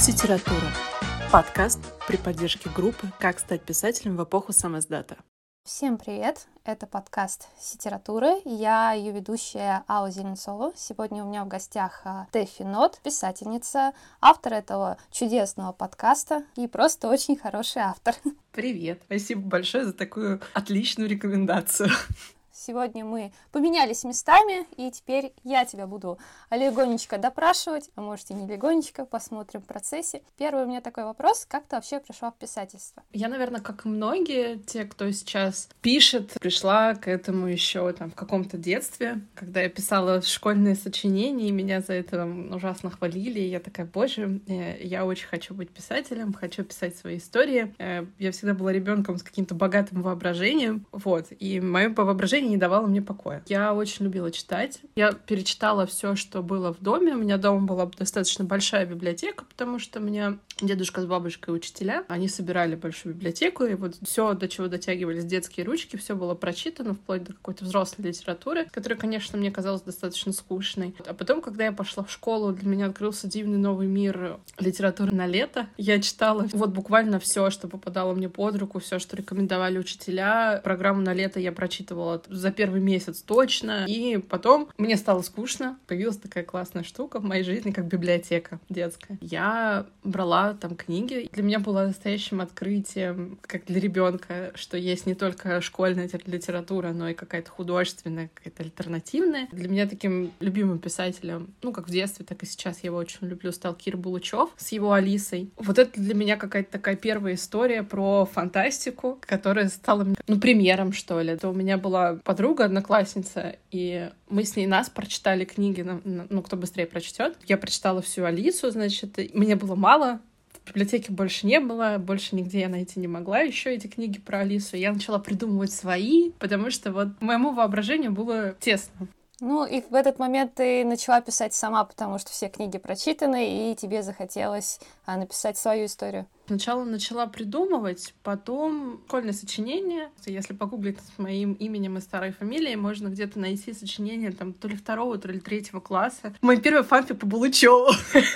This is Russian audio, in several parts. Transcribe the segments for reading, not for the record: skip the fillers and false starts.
Ситература. Подкаст при поддержке группы «Как стать писателем в эпоху самиздата». Всем привет! Это подкаст Ситературы. Я ее ведущая Алла Зеленцова. Сегодня у меня в гостях Тэфи Нот, писательница, автор этого чудесного подкаста и просто очень хороший автор. Привет! Спасибо большое за такую отличную рекомендацию. Сегодня мы поменялись местами, и теперь я тебя буду легонечко допрашивать, а может и не легонечко, посмотрим в процессе. Первый у меня такой вопрос: как ты вообще пришла в писательство? Я, наверное, как и многие, те, кто сейчас пишет, пришла к этому еще в каком-то детстве, когда я писала школьные сочинения, и меня за это ужасно хвалили, и я такая: боже, я очень хочу быть писателем, хочу писать свои истории. Я всегда была ребенком с каким-то богатым воображением, и мое воображение не давала мне покоя. Я очень любила читать. Я перечитала все, что было в доме. У меня дома была достаточно большая библиотека, потому что у меня дедушка с бабушкой учителя. Они собирали большую библиотеку, и все, до чего дотягивались детские ручки, все было прочитано, вплоть до какой-то взрослой литературы, которая, конечно, мне казалась достаточно скучной. А потом, когда я пошла в школу, для меня открылся дивный новый мир литературы на лето. Я читала буквально все, что попадало мне под руку, все, что рекомендовали учителя. Программу на лето я прочитывала за первый месяц точно. И потом мне стало скучно. Появилась такая классная штука в моей жизни, как библиотека детская. Я брала там книги. Для меня было настоящим открытием, как для ребенка, что есть не только школьная литература, но и какая-то художественная, какая-то альтернативная. Для меня таким любимым писателем, как в детстве, так и сейчас я его очень люблю, стал Кир Булычев с его Алисой. Это для меня какая-то такая первая история про фантастику, которая стала примером, что ли. У меня была подруга, одноклассница, и мы с ней прочитали книги, кто быстрее прочтет. Я прочитала всю Алису, мне было мало, в библиотеке больше не было, больше нигде я найти не могла еще эти книги про Алису. Я начала придумывать свои, потому что моему воображению было тесно. И в этот момент ты начала писать сама, потому что все книги прочитаны, и тебе захотелось написать свою историю. Сначала начала придумывать, потом школьное сочинение. Если погуглить с моим именем и старой фамилией, можно где-то найти сочинение то ли 2-го, то ли 3-го класса. Мой первый фанфик по Булычеву.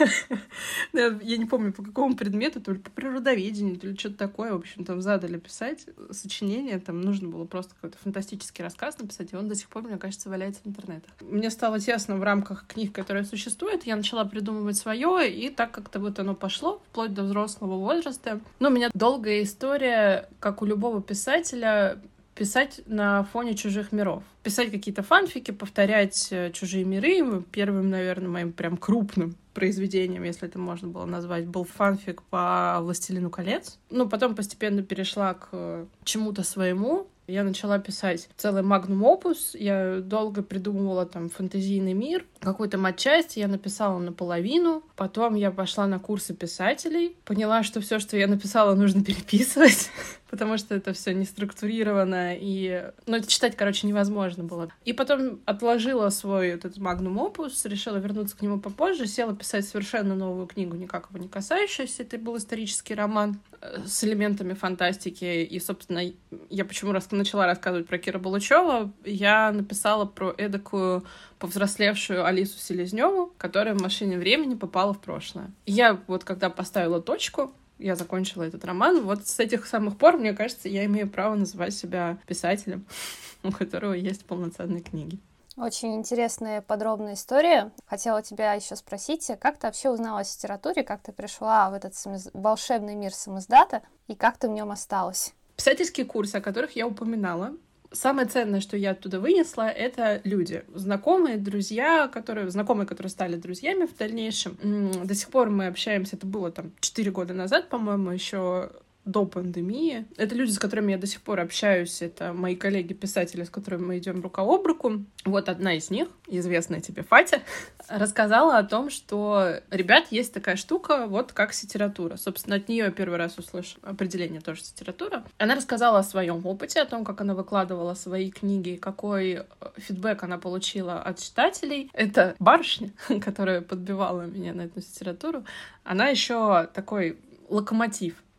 Я не помню, по какому предмету, то ли по природоведению, то ли что-то такое. В общем, задали писать сочинение. Нужно было просто какой-то фантастический рассказ написать, и он до сих пор, мне кажется, валяется в интернетах. Мне стало тесно в рамках книг, которые существуют. Я начала придумывать свое, и так как-то оно пошло, вплоть до взрослого возраста. У меня долгая история, как у любого писателя, писать на фоне чужих миров. Писать какие-то фанфики, повторять чужие миры. Первым, наверное, моим прям крупным произведением, если это можно было назвать, был фанфик по «Властелину колец». Потом постепенно перешла к чему-то своему. Я начала писать целый магнум-опус. Я долго придумывала фэнтезийный мир. Какую-то матчасть я написала наполовину. Потом я пошла на курсы писателей. Поняла, что все, что я написала, нужно переписывать, потому что это все не структурировано. Это читать, невозможно было. И потом отложила свой этот магнум-опус, решила вернуться к нему попозже, села писать совершенно новую книгу, никак его не касающуюся. Это был исторический роман с элементами фантастики. И, собственно, я почему начала рассказывать про Кира Булычева, я написала про эдакую повзрослевшую Алису Селезневу, которая в «Машине времени» попала в прошлое. Я когда поставила точку, я закончила этот роман, с этих самых пор, мне кажется, я имею право называть себя писателем, у которого есть полноценные книги. Очень интересная подробная история. Хотела тебя еще спросить, как ты вообще узнала о литературе, как ты пришла в этот волшебный мир самиздата, и как ты в нем осталась? Писательские курсы, о которых я упоминала, самое ценное, что я оттуда вынесла, это люди. Знакомые, друзья, которые стали друзьями в дальнейшем. До сих пор мы общаемся, это было 4 года назад, по-моему, еще до пандемии. Это люди, с которыми я до сих пор общаюсь. Это мои коллеги-писатели, с которыми мы идем рука об руку. Одна из них, известная тебе Фатя, рассказала о том, что, ребят, есть такая штука, как ситература. Собственно, от нее я первый раз услышала определение тоже ситература. Она рассказала о своем опыте, о том, как она выкладывала свои книги, какой фидбэк она получила от читателей. Это барышня, которая подбивала меня на эту литературу. Она еще такой локомотив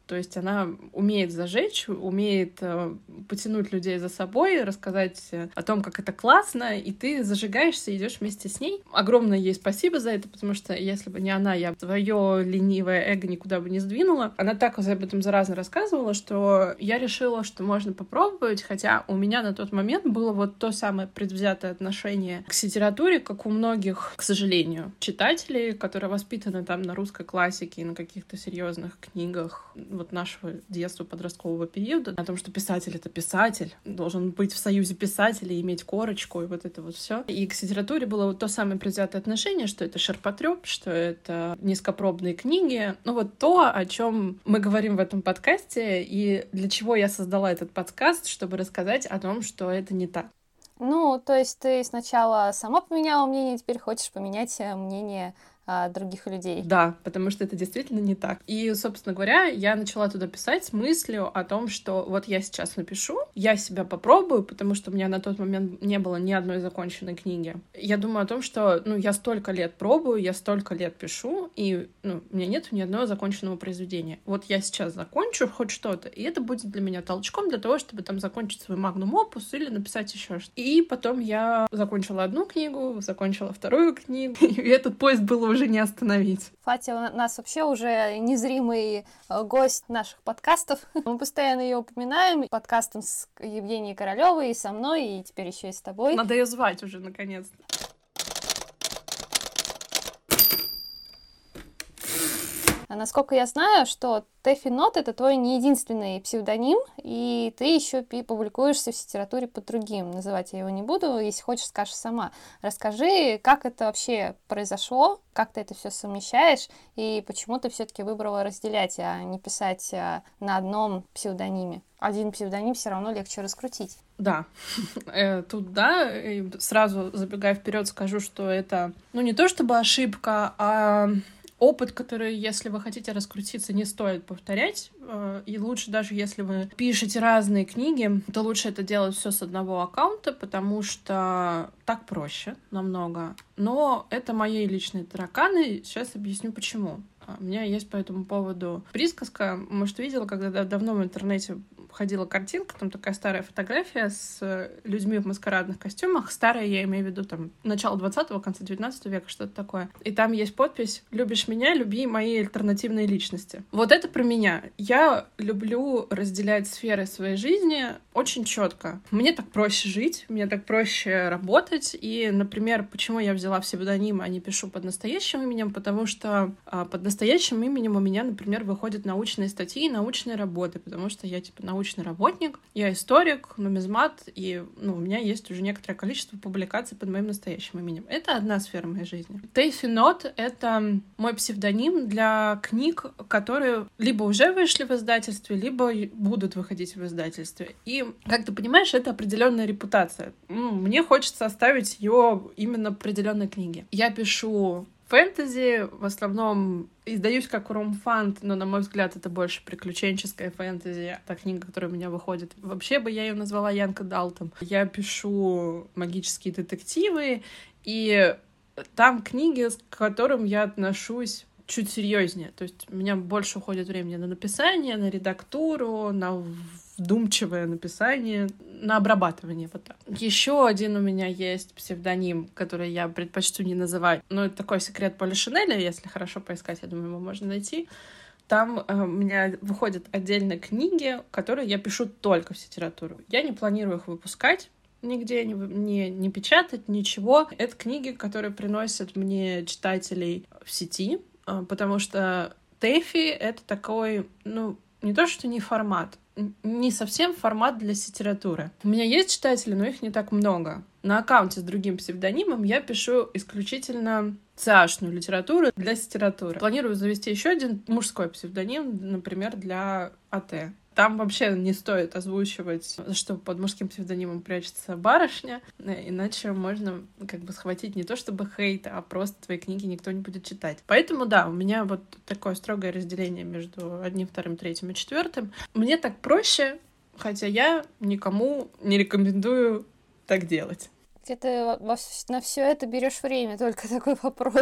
То есть она умеет зажечь, умеет потянуть людей за собой, рассказать о том, как это классно, и ты зажигаешься и идешь вместе с ней. Огромное ей спасибо за это, потому что если бы не она, я свое ленивое эго никуда бы не сдвинула. Она так об этом заразно рассказывала, что я решила, что можно попробовать, хотя у меня на тот момент было вот то самое предвзятое отношение к литературе, как у многих, к сожалению, читателей, которые воспитаны там на русской классике и на каких-то серьезных книгах вот нашего детства, подросткового периода, о том, что писатель — это писатель, должен быть в союзе писателей, иметь корочку и вот это вот все. И к литературе было вот то самое предвзятое отношение, что это ширпотреб, что это низкопробные книги. Ну вот то, о чем мы говорим в этом подкасте, и для чего я создала этот подкаст, чтобы рассказать о том, что это не так. Ну, то есть ты сначала сама поменяла мнение, теперь хочешь поменять мнение других людей. Да, потому что это действительно не так. И, собственно говоря, я начала туда писать с мыслью о том, что вот я сейчас напишу, я себя попробую, потому что у меня на тот момент не было ни одной законченной книги. Я думаю о том, что, я столько лет пробую, я столько лет пишу, и, у меня нет ни одного законченного произведения. Вот я сейчас закончу хоть что-то, и это будет для меня толчком для того, чтобы там закончить свой магнум опус или написать еще что-то. И потом я закончила одну книгу, закончила вторую книгу, и этот поезд был уже не остановить. Фатя у нас вообще уже незримый гость наших подкастов. Мы постоянно ее упоминаем. Подкастом с Евгенией Королевой, и со мной, и теперь еще и с тобой. Надо ее звать уже, наконец-то. Насколько я знаю, что Тэфи Нот — это твой не единственный псевдоним, и ты еще публикуешься в литературе под другим. Называть я его не буду, если хочешь, скажешь сама. Расскажи, как это вообще произошло, как ты это все совмещаешь, и почему ты все-таки выбрала разделять, а не писать на одном псевдониме. Один псевдоним все равно легче раскрутить. Да, тут да, сразу забегая вперед, скажу, что это, не то чтобы ошибка, а опыт, который, если вы хотите раскрутиться, не стоит повторять. И лучше, даже если вы пишете разные книги, то лучше это делать все с одного аккаунта, потому что так проще намного. Но это мои личные тараканы. Сейчас объясню, почему. У меня есть по этому поводу присказка. Может, видела, когда давно в интернете ходила картинка, там такая старая фотография с людьми в маскарадных костюмах. Старая, я имею в виду, там, начало 20-го, конца 19 века, что-то такое. И там есть подпись «Любишь меня, люби мои альтернативные личности». Вот это про меня. Я люблю разделять сферы своей жизни очень четко. Мне так проще жить, мне так проще работать. И, например, почему я взяла псевдоним, а не пишу под настоящим именем, потому что под настоящим именем у меня, например, выходят научные статьи и научные работы, потому что я, научный работник, я историк, нумизмат, и у меня есть уже некоторое количество публикаций под моим настоящим именем. Это одна сфера моей жизни. Тэфи Нот — это мой псевдоним для книг, которые либо уже вышли в издательстве, либо будут выходить в издательстве. И, как ты понимаешь, это определенная репутация. Мне хочется оставить ее именно определенной книге. Я пишу фэнтези, в основном издаюсь как ромфант, но, на мой взгляд, это больше приключенческая фэнтези. Та книга, которая у меня выходит. Вообще бы я ее назвала Янка Далтон. Я пишу магические детективы, и там книги, к которым я отношусь чуть серьезнее. То есть у меня больше уходит времени на написание, на редактуру, на вдумчивое написание, на обрабатывание. Вот так. Еще один у меня есть псевдоним, который я предпочту не называть. Но это такой секрет Поля Шинеля. Если хорошо поискать, я думаю, его можно найти. Там у меня выходят отдельные книги, которые я пишу только в литературу. Я не планирую их выпускать нигде, не печатать, ничего. Это книги, которые приносят мне читателей в сети, потому что Тэфи — это такой, не то что не формат, не совсем формат для литературы. У меня есть читатели, но их не так много. На аккаунте с другим псевдонимом я пишу исключительно ЦАшную литературу для литературы. Планирую завести еще один мужской псевдоним, например, для АТ. Там вообще не стоит озвучивать, что под мужским псевдонимом прячется барышня, иначе можно схватить не то чтобы хейт, а просто твои книги никто не будет читать. Поэтому да, у меня вот такое строгое разделение между одним, вторым, третьим и четвертым. Мне так проще, хотя я никому не рекомендую так делать. Где ты на все это берешь время? Только такой вопрос.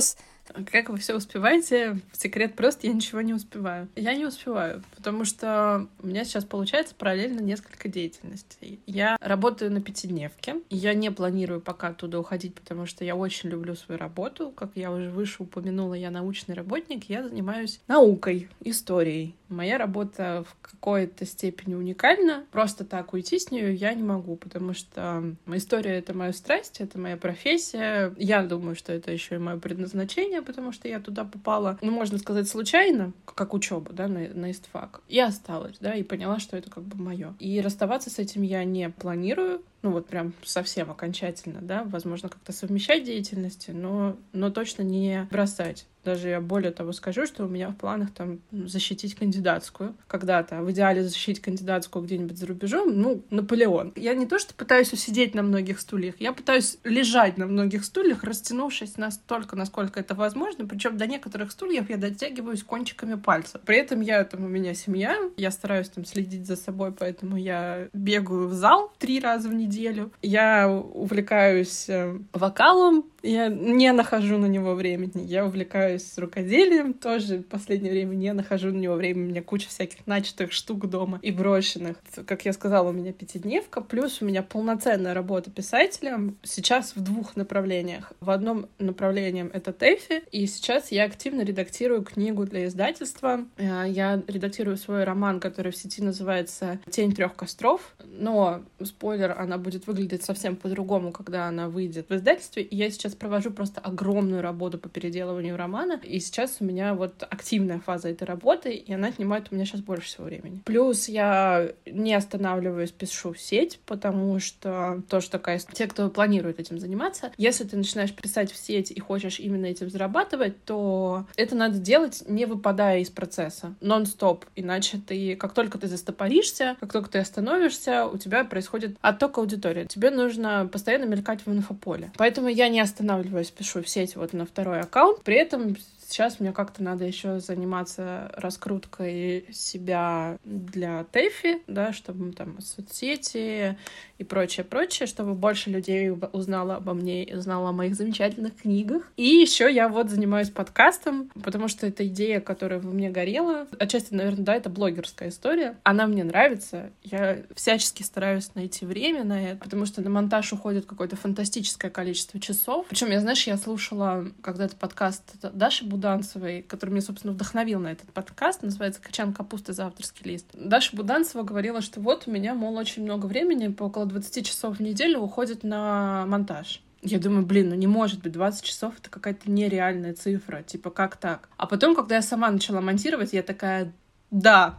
Как вы все успеваете? Секрет прост, я ничего не успеваю. Я не успеваю, потому что у меня сейчас получается параллельно несколько деятельностей. Я работаю на пятидневке, и я не планирую пока оттуда уходить, потому что я очень люблю свою работу. Как я уже выше упомянула, я научный работник, я занимаюсь наукой, историей. Моя работа в какой-то степени уникальна. Просто так уйти с нее я не могу, потому что история — это моя страсть, это моя профессия. Я думаю, что это еще и мое предназначение, потому что я туда попала, можно сказать, случайно, как учеба, да, на ИСТФАК. И осталась, да, и поняла, что это как бы мое. И расставаться с этим я не планирую. Вот прям совсем окончательно, да, возможно, как-то совмещать деятельности, но точно не бросать. Даже я более того скажу, что у меня в планах там защитить кандидатскую когда-то. В идеале защитить кандидатскую где-нибудь за рубежом, Наполеон. Я не то что пытаюсь усидеть на многих стульях, я пытаюсь лежать на многих стульях, растянувшись настолько, насколько это возможно, причем до некоторых стульев я дотягиваюсь кончиками пальцев. При этом у меня семья, я стараюсь там следить за собой, поэтому я бегаю в зал 3 раза в неделю. Я увлекаюсь вокалом, я не нахожу на него времени. Я увлекаюсь рукоделием, тоже в последнее время не нахожу на него времени. У меня куча всяких начатых штук дома и брошенных. Как я сказала, у меня пятидневка, плюс у меня полноценная работа писателем. Сейчас в 2 направлениях. В одном направлении это ТЭФИ, и сейчас я активно редактирую книгу для издательства. Я редактирую свой роман, который в сети называется «Тень 3 костров», но, спойлер, она будет выглядеть совсем по-другому, когда она выйдет в издательстве, и я сейчас провожу просто огромную работу по переделыванию романа, и сейчас у меня вот активная фаза этой работы, и она отнимает у меня сейчас больше всего времени. Плюс я не останавливаюсь, пишу в сеть, потому что тоже такая... Те, кто планирует этим заниматься, если ты начинаешь писать в сеть и хочешь именно этим зарабатывать, то это надо делать, не выпадая из процесса, нон-стоп, иначе как только ты застопоришься, как только ты остановишься, у тебя происходит отток аудитории. Тебе нужно постоянно мелькать в инфополе. Поэтому я не останавливаюсь, пишу в сеть вот на 2-й аккаунт. При этом сейчас мне как-то надо еще заниматься раскруткой себя для ТЭФИ, да, чтобы там соцсети и прочее, чтобы больше людей узнало обо мне и знало о моих замечательных книгах. И еще я вот занимаюсь подкастом, потому что это идея, которая во мне горела. Отчасти, наверное, да, это блогерская история. Она мне нравится. Я всячески стараюсь найти время на это, потому что на монтаж уходит какое-то фантастическое количество часов. Причем, я слушала когда-то подкаст Даши Буданцевой, который меня, собственно, вдохновил на этот подкаст. Называется «Качан капусты за авторский лист». Даша Буданцева говорила, что вот у меня, мол, очень много времени, по около 20 часов в неделю уходит на монтаж. Я думаю, не может быть, 20 часов — это какая-то нереальная цифра, типа, как так? А потом, когда я сама начала монтировать, я такая, да,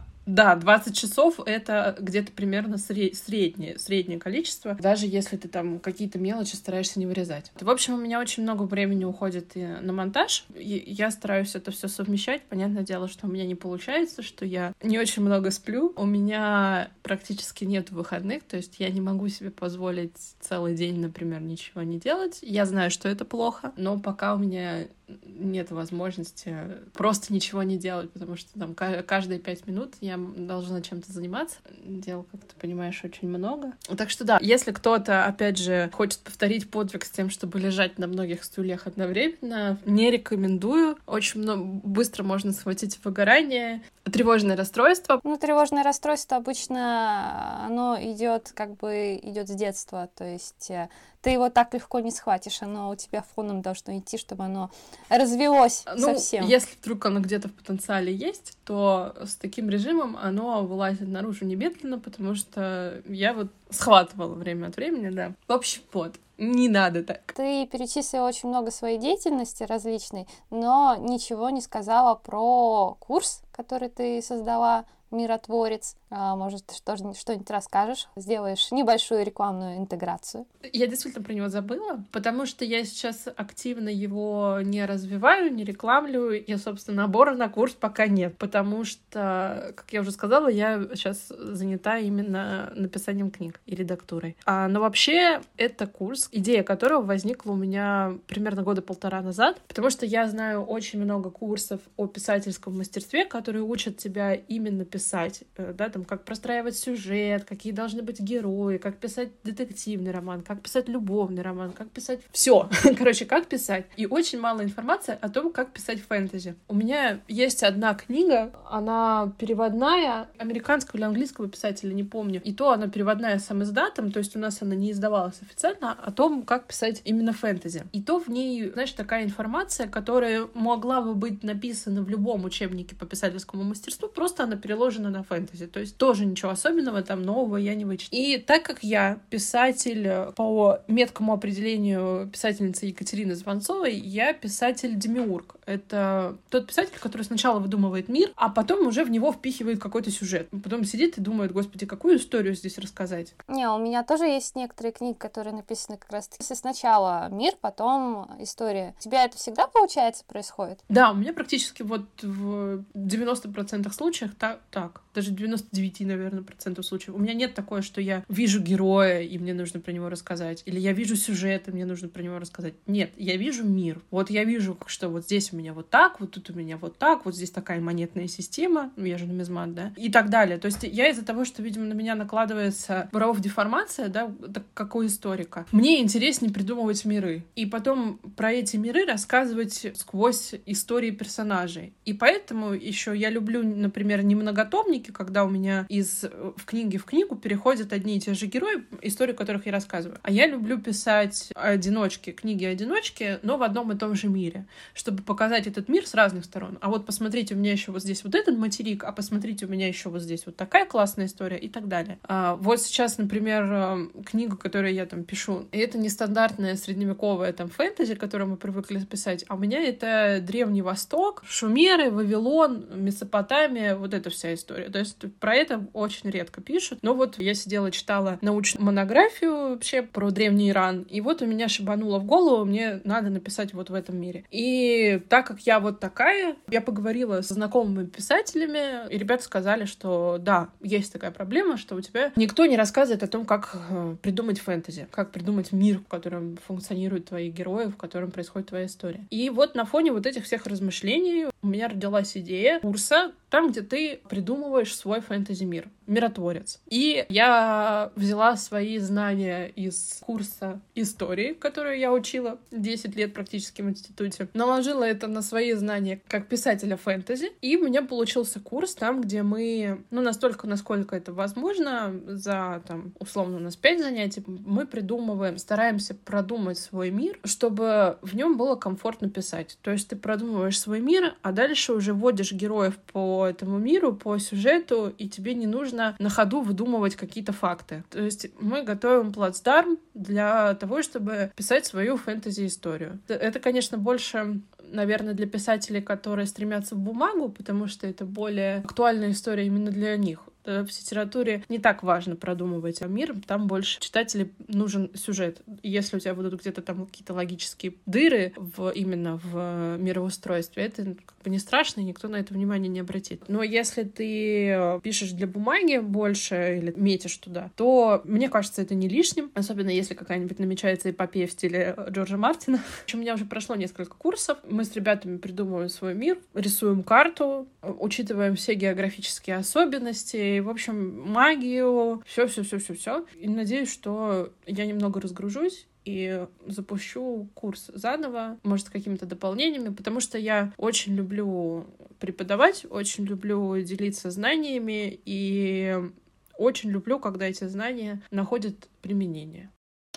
20 часов — это где-то примерно среднее количество, даже если ты там какие-то мелочи стараешься не вырезать. В общем, у меня очень много времени уходит и на монтаж, и я стараюсь это все совмещать. Понятное дело, что у меня не получается, что я не очень много сплю, у меня практически нет выходных, то есть я не могу себе позволить целый день, например, ничего не делать. Я знаю, что это плохо, но пока у меня нет возможности просто ничего не делать, потому что там каждые 5 минут я должна чем-то заниматься. Дел, как ты понимаешь, очень много. Так что да, если кто-то, опять же, хочет повторить подвиг с тем, чтобы лежать на многих стульях одновременно, не рекомендую. Очень быстро можно схватить выгорание. Тревожное расстройство. Тревожное расстройство обычно оно идет с детства, то есть ты его так легко не схватишь, оно у тебя фоном должно идти, чтобы оно развелось совсем. Если вдруг оно где-то в потенциале есть, то с таким режимом оно вылазит наружу немедленно, потому что я вот схватывала время от времени, да. В общем, вот. Не надо так. Ты перечислила очень много своей деятельности различной, но ничего не сказала про курс, который ты создала, «Миротворец». Может, что-нибудь расскажешь? Сделаешь небольшую рекламную интеграцию. Я действительно про него забыла, потому что я сейчас активно его не развиваю, не рекламлю. И, собственно, набора на курс пока нет, потому что, как я уже сказала, я сейчас занята именно написанием книг и редактурой. Но вообще это курс, идея которого возникла у меня примерно 1.5 года назад, потому что я знаю очень много курсов о писательском мастерстве, которые учат тебя именно писать писать, да, там, как простраивать сюжет, какие должны быть герои, как писать детективный роман, как писать любовный роман, как писать все, короче, как писать. И очень мало информации о том, как писать фэнтези. У меня есть одна книга, она переводная, американского или английского писателя, не помню, и то она переводная самиздатом, то есть у нас она не издавалась официально, о том, как писать именно фэнтези. И то в ней, знаешь, такая информация, которая могла бы быть написана в любом учебнике по писательскому мастерству, просто она переложена на фэнтези. То есть тоже ничего особенного там нового я не вычитала. И так как я писатель по меткому определению писательницы Екатерины Звонцовой, я писатель-демиург. Это тот писатель, который сначала выдумывает мир, а потом уже в него впихивает какой-то сюжет. Потом сидит и думает, господи, какую историю здесь рассказать? Не, у меня тоже есть некоторые книги, которые написаны как раз если сначала мир, потом история. У тебя это всегда, получается, происходит? Да, у меня практически вот в 90% случаев так. Даже 99, наверное, процентов случаев. У меня нет такое, что я вижу героя, и мне нужно про него рассказать. Или я вижу сюжет, и мне нужно про него рассказать. Нет, я вижу мир. Вот я вижу, что вот здесь у меня вот так, вот тут у меня вот так, вот здесь такая монетная система, я же нумизмат, да, и так далее. То есть я из-за того, что, видимо, на меня накладывается деформация, да, как у историка, мне интереснее придумывать миры. И потом про эти миры рассказывать сквозь истории персонажей. И поэтому еще я люблю, например, не многотомники, когда у меня в книги в книгу переходят одни и те же герои, историю которых я рассказываю. А я люблю писать книги-одиночки, но в одном и том же мире, чтобы показать этот мир с разных сторон. А вот посмотрите, у меня еще вот здесь вот этот материк, а посмотрите, у меня еще вот здесь вот такая классная история и так далее. Вот сейчас, например, книгу, которую я там пишу, и это нестандартная средневековая там фэнтези, которую мы привыкли писать, а у меня это Древний Восток, Шумеры, Вавилон, Месопотамия, вот эта вся история. То есть про это очень редко пишут. Но вот я сидела, читала научную монографию вообще про Древний Иран, и вот у меня шибануло в голову, мне надо написать вот в этом мире. И так как я вот такая, я поговорила со знакомыми писателями, и ребята сказали, что да, есть такая проблема, что у тебя никто не рассказывает о том, как придумать фэнтези, как придумать мир, в котором функционируют твои герои, в котором происходит твоя история. И вот на фоне вот этих всех размышлений у меня родилась идея курса, там, где ты придумываешь свой фэнтези-мир, миротворец. И я взяла свои знания из курса истории, которую я учила 10 лет практически в институте, наложила это на свои знания как писателя фэнтези, и у меня получился курс там, где мы, настолько, насколько это возможно, за, условно, у нас 5 занятий, мы придумываем, стараемся продумать свой мир, чтобы в нем было комфортно писать. То есть ты продумываешь свой мир, а дальше уже вводишь героев по этому миру, по сюжету, и тебе не нужно на ходу выдумывать какие-то факты. То есть мы готовим плацдарм для того, чтобы писать свою фэнтези-историю. Это, конечно, больше, наверное, для писателей, которые стремятся в бумагу, потому что это более актуальная история именно для них. В литературе не так важно продумывать мир, там больше читателю нужен сюжет. И если у тебя будут где-то там какие-то логические дыры именно в мироустройстве, это не страшно, никто на это внимание не обратит. Но если ты пишешь для бумаги больше или метишь туда, то, мне кажется, это не лишним, особенно если какая-нибудь намечается эпопея в стиле Джорджа Мартина. У меня уже прошло несколько курсов, мы с ребятами придумываем свой мир, рисуем карту, учитываем все географические особенности, в общем, магию, все. И надеюсь, что я немного разгружусь и запущу курс заново, может, с какими-то дополнениями, потому что я очень люблю преподавать, очень люблю делиться знаниями и очень люблю, когда эти знания находят применение.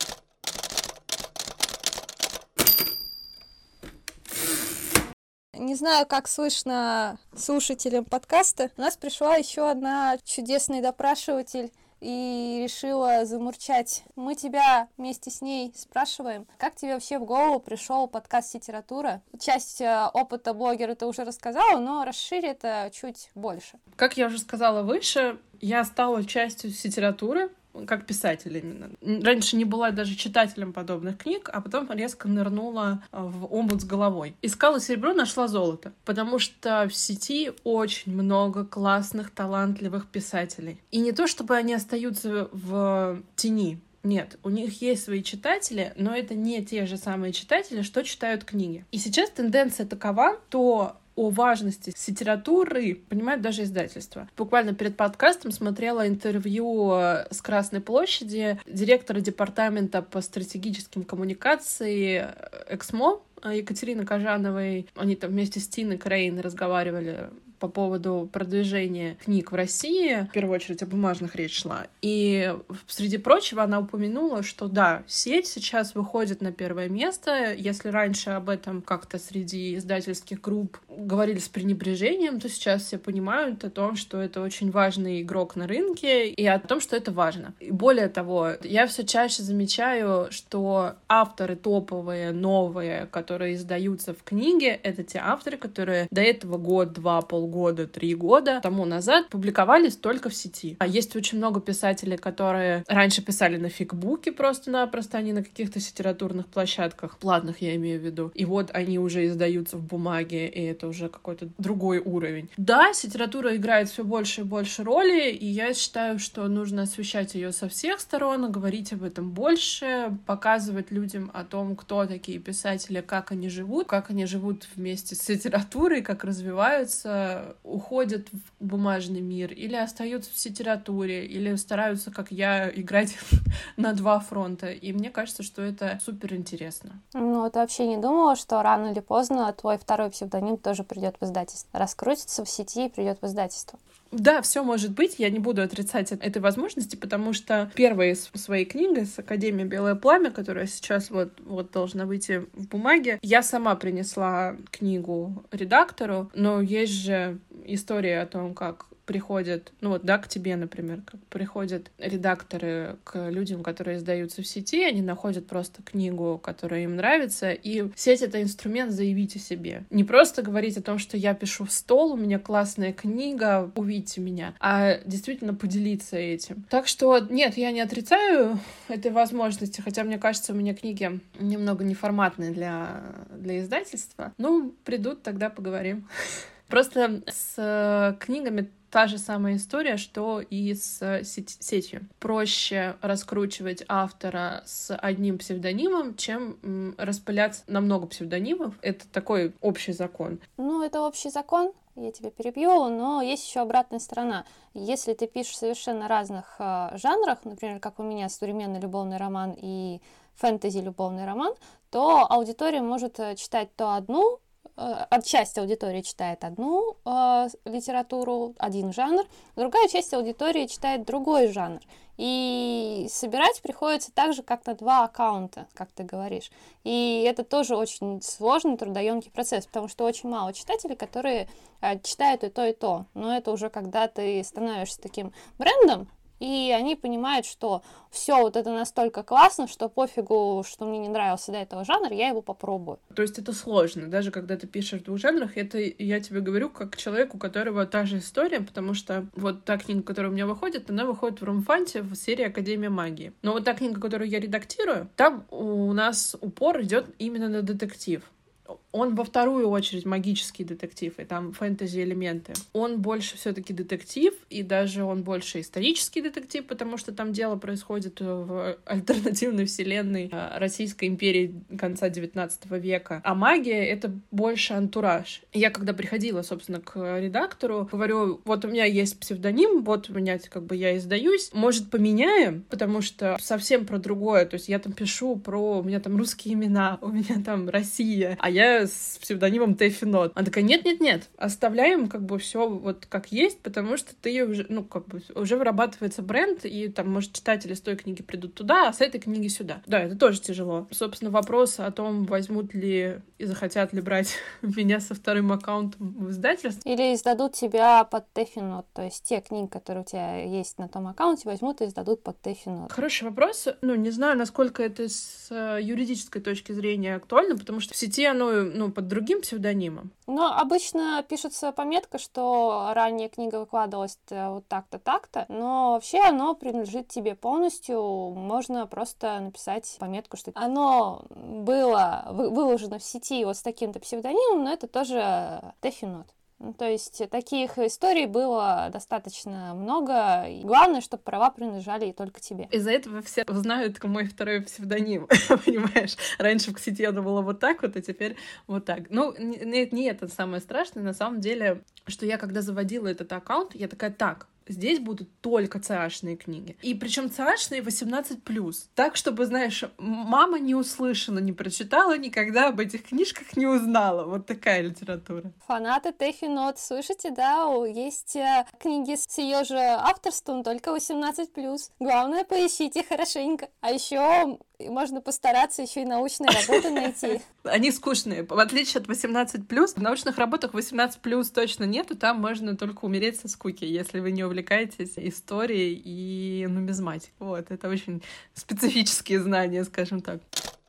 Не знаю, как слышно слушателям подкаста. У нас пришла еще одна чудесный допрашиватель и решила замурчать. Мы тебя вместе с ней спрашиваем, как тебе вообще в голову пришел подкаст «Ситература»? Часть опыта блогера ты уже рассказала, но расшири это чуть больше. Как я уже сказала выше, я стала частью «Ситературы», как писатель именно. Раньше не была даже читателем подобных книг, а потом резко нырнула в омут с головой. Искала серебро, нашла золото. Потому что в сети очень много классных, талантливых писателей. И не то, чтобы они остаются в тени. Нет, у них есть свои читатели, но это не те же самые читатели, что читают книги. И сейчас тенденция такова, то о важности сетературы понимают даже издательства. Буквально перед подкастом смотрела интервью с Красной площади директора департамента по стратегическим коммуникациям Эксмо Екатерины Кожановой. Они там вместе с Тиной Крейн разговаривали по поводу продвижения книг в России. В первую очередь о бумажных речь шла. И, среди прочего, она упомянула, что да, сеть сейчас выходит на первое место. Если раньше об этом как-то среди издательских групп говорили с пренебрежением, то сейчас все понимают о том, что это очень важный игрок на рынке и о том, что это важно. И более того, я все чаще замечаю, что авторы топовые, новые, которые издаются в книге, это те авторы, которые до этого год, два, полгода, 3 года тому назад публиковались только в сети. А есть очень много писателей, которые раньше писали на фикбуке просто-напросто, а не на каких-то сетературных площадках, платных я имею в виду. И вот они уже издаются в бумаге, и это уже какой-то другой уровень. Да, сетература играет все больше и больше роли, и я считаю, что нужно освещать ее со всех сторон, говорить об этом больше, показывать людям о том, кто такие писатели, как они живут вместе с литературой, как развиваются, уходят в бумажный мир или остаются в сетературе, или стараются, как я, играть на 2 фронта. И мне кажется, что это супер интересно. Ну, ты вообще не думала, что рано или поздно твой второй псевдоним тоже придет в издательство? Раскрутится в сети и придет в издательство? Да, все может быть, я не буду отрицать этой возможности, потому что первой своей книгой с Академии Белое Пламя, которая сейчас вот должна выйти в бумаге, я сама принесла книгу редактору, но есть же история о том, как приходят, к тебе, например, как приходят редакторы к людям, которые издаются в сети, они находят просто книгу, которая им нравится, и сеть — это инструмент заявить о себе. Не просто говорить о том, что я пишу в стол, у меня классная книга, увидьте меня, а действительно поделиться этим. Так что, нет, я не отрицаю этой возможности, хотя, мне кажется, у меня книги немного неформатные для издательства. Придут, тогда поговорим. Просто с книгами та же самая история, что и с сетью. Проще раскручивать автора с одним псевдонимом, чем распыляться на много псевдонимов. Это такой общий закон. Это общий закон, я тебя перебью, но есть еще обратная сторона. Если ты пишешь в совершенно разных жанрах, например, как у меня современный любовный роман и фэнтези-любовный роман, то аудитория может читать то одну, часть аудитории читает одну литературу, один жанр, другая часть аудитории читает другой жанр. И собирать приходится так же, как на 2 аккаунта, как ты говоришь. И это тоже очень сложный, трудоемкий процесс, потому что очень мало читателей, которые читают и то, и то. Но это уже когда ты становишься таким брендом, и они понимают, что все вот это настолько классно, что пофигу, что мне не нравился до этого жанр, я его попробую. То есть это сложно, даже когда ты пишешь в 2 жанрах, это я тебе говорю как человек, у которого та же история, потому что вот та книга, которая у меня выходит, она выходит в Ромфанте в серии Академия магии. Но вот та книга, которую я редактирую, там у нас упор идет именно на детектив. Он во вторую очередь магический детектив, и там фэнтези-элементы. Он больше все-таки детектив, и даже он больше исторический детектив, потому что там дело происходит в альтернативной вселенной Российской империи конца 19 века. А магия — это больше антураж. И я когда приходила, собственно, к редактору, говорю, вот у меня есть псевдоним, вот у меня я издаюсь, может, поменяем, потому что совсем про другое. То есть я там пишу про... У меня там русские имена, у меня там Россия, а я с псевдонимом Тэфи Нот. Она такая, нет, оставляем все вот как есть, потому что ты уже, уже вырабатывается бренд, и там, может, читатели с той книги придут туда, а с этой книги сюда. Да, это тоже тяжело. Собственно, вопрос о том, возьмут ли и захотят ли брать меня со вторым аккаунтом в издательство. Или издадут тебя под Тэфи Нот, то есть те книги, которые у тебя есть на том аккаунте, возьмут и издадут под Тэфи Нот. Хороший вопрос. Не знаю, насколько это с юридической точки зрения актуально, потому что в сети оно под другим псевдонимом. Обычно пишется пометка, что ранее книга выкладывалась вот так-то, так-то, но вообще оно принадлежит тебе полностью. Можно просто написать пометку, что оно было выложено в сети вот с таким-то псевдонимом, но это тоже Тэфи Нот. Ну, то есть таких историй было достаточно много. И главное, чтобы права принадлежали только тебе. Из-за этого все знают мой второй псевдоним, понимаешь? Раньше в сети это было вот так вот, а теперь вот так. Ну, не это самое страшное. На самом деле, что я когда заводила этот аккаунт, я такая, так, здесь будут только ЦАшные книги. И причем ЦАшные 18+. Так, чтобы, знаешь, мама не услышала, не прочитала, никогда об этих книжках не узнала. Вот такая литература. Фанаты Тэфи Нот, слышите, да? Есть книги с ее же авторством, только 18+. Главное, поищите хорошенько. А еще можно постараться еще и научные работы найти. Они скучные. В отличие от 18+, в научных работах 18+ точно нету, там можно только умереть со скуки, если вы не увлекаетесь историей и нумизматикой. Вот, это очень специфические знания, скажем так.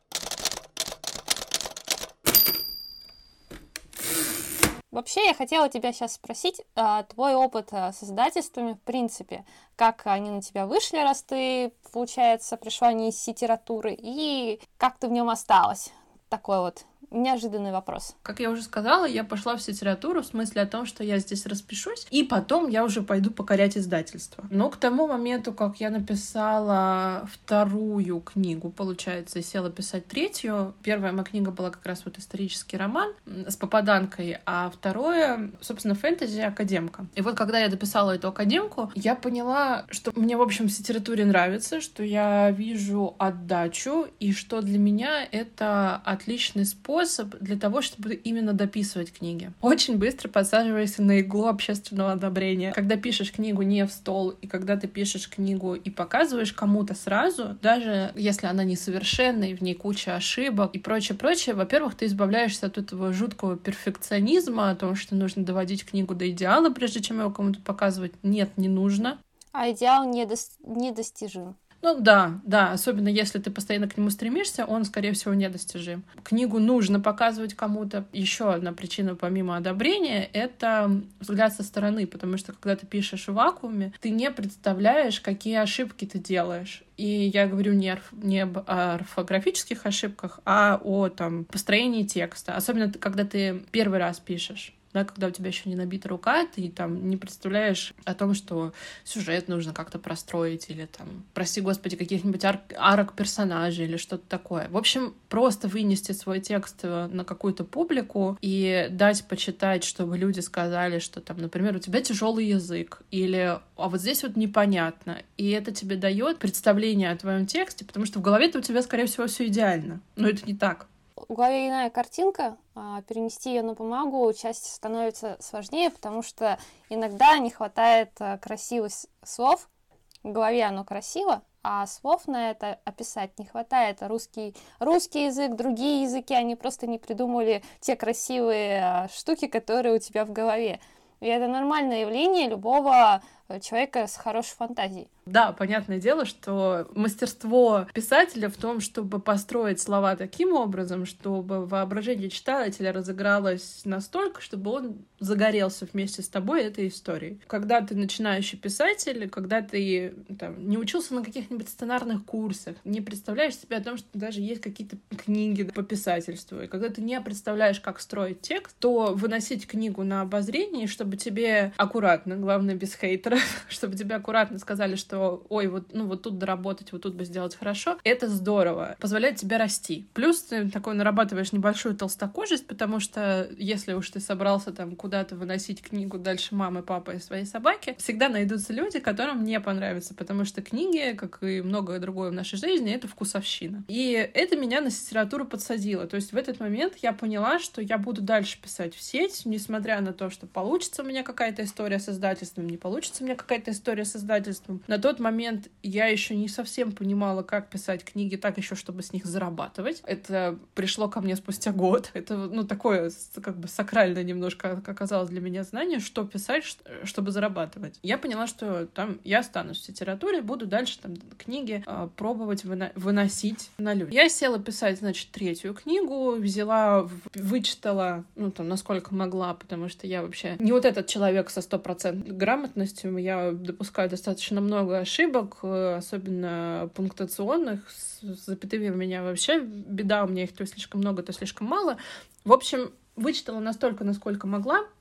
Вообще, я хотела тебя сейчас спросить, твой опыт с издательствами, в принципе, как они на тебя вышли, раз ты, получается, пришла не из литературы, и как ты в нем осталась? Такой вот неожиданный вопрос. Как я уже сказала, я пошла в литературу в смысле о том, что я здесь распишусь, и потом я уже пойду покорять издательство. Но к тому моменту, как я написала вторую книгу, получается, и села писать третью, первая моя книга была как раз вот исторический роман с попаданкой, а второе, собственно, фэнтези-академка. И вот когда я дописала эту академку, я поняла, что мне, в общем, в литературе нравится, что я вижу отдачу, и что для меня это отличный способ для того, чтобы именно дописывать книги. Очень быстро подсаживаешься на иглу общественного одобрения. Когда пишешь книгу не в стол, и когда ты пишешь книгу и показываешь кому-то сразу, даже если она несовершенна, и в ней куча ошибок и прочее, во-первых, ты избавляешься от этого жуткого перфекционизма, о том, что нужно доводить книгу до идеала, прежде чем его кому-то показывать. Нет, не нужно. А идеал недостижим. Ну да, особенно если ты постоянно к нему стремишься, он, скорее всего, недостижим. Книгу нужно показывать кому-то. Еще одна причина, помимо одобрения, это взгляд со стороны, потому что, когда ты пишешь в вакууме, ты не представляешь, какие ошибки ты делаешь. И я говорю не об орфографических ошибках, а о там, построении текста. Особенно, когда ты первый раз пишешь. Да, когда у тебя еще не набита рука, ты там не представляешь о том, что сюжет нужно как-то простроить или там, прости господи, каких-нибудь арок персонажей или что-то такое. В общем, просто вынести свой текст на какую-то публику и дать почитать, чтобы люди сказали, что там, например, у тебя тяжелый язык или а вот здесь вот непонятно. И это тебе дает представление о твоем тексте, потому что в голове-то у тебя, скорее всего, все идеально. Но это не так. В голове иная картинка, перенести ее на бумагу часто становится сложнее, потому что иногда не хватает красивых слов. В голове оно красиво, а слов на это описать не хватает. Русский язык, другие языки, они просто не придумали те красивые штуки, которые у тебя в голове. И это нормальное явление любого человека с хорошей фантазией. Да, понятное дело, что мастерство писателя в том, чтобы построить слова таким образом, чтобы воображение читателя разыгралось настолько, чтобы он загорелся вместе с тобой этой историей. Когда ты начинающий писатель, когда ты там, не учился на каких-нибудь сценарных курсах, не представляешь себе о том, что даже есть какие-то книги по писательству, и когда ты не представляешь, как строить текст, то выносить книгу на обозрение, чтобы тебе аккуратно, главное, без хейтеров, чтобы тебе аккуратно сказали, что ой, вот тут доработать, вот тут бы сделать хорошо, это здорово, позволяет тебе расти. Плюс ты такой нарабатываешь небольшую толстокожесть, потому что если уж ты собрался там куда-то выносить книгу дальше мамы, папы и своей собаки, всегда найдутся люди, которым не понравится, потому что книги, как и многое другое в нашей жизни, это вкусовщина. И это меня на литературу подсадило. То есть в этот момент я поняла, что я буду дальше писать в сеть, несмотря на то, что получится у меня какая-то история с издательством, не получится у меня какая-то история с издательством. На тот момент я еще не совсем понимала, как писать книги так еще, чтобы с них зарабатывать. Это пришло ко мне спустя год. Это, такое, как бы сакральное немножко оказалось для меня знание, что писать, чтобы зарабатывать. Я поняла, что там я останусь в литературе, буду дальше там книги пробовать выносить на людей. Я села писать, значит, третью книгу, вычитала, насколько могла, потому что я вообще не вот этот человек со 100% грамотностью, я допускаю достаточно много ошибок, особенно пунктуационных, с запятыми у меня вообще беда, у меня их то слишком много, то слишком мало. В общем, вычитала настолько, насколько могла,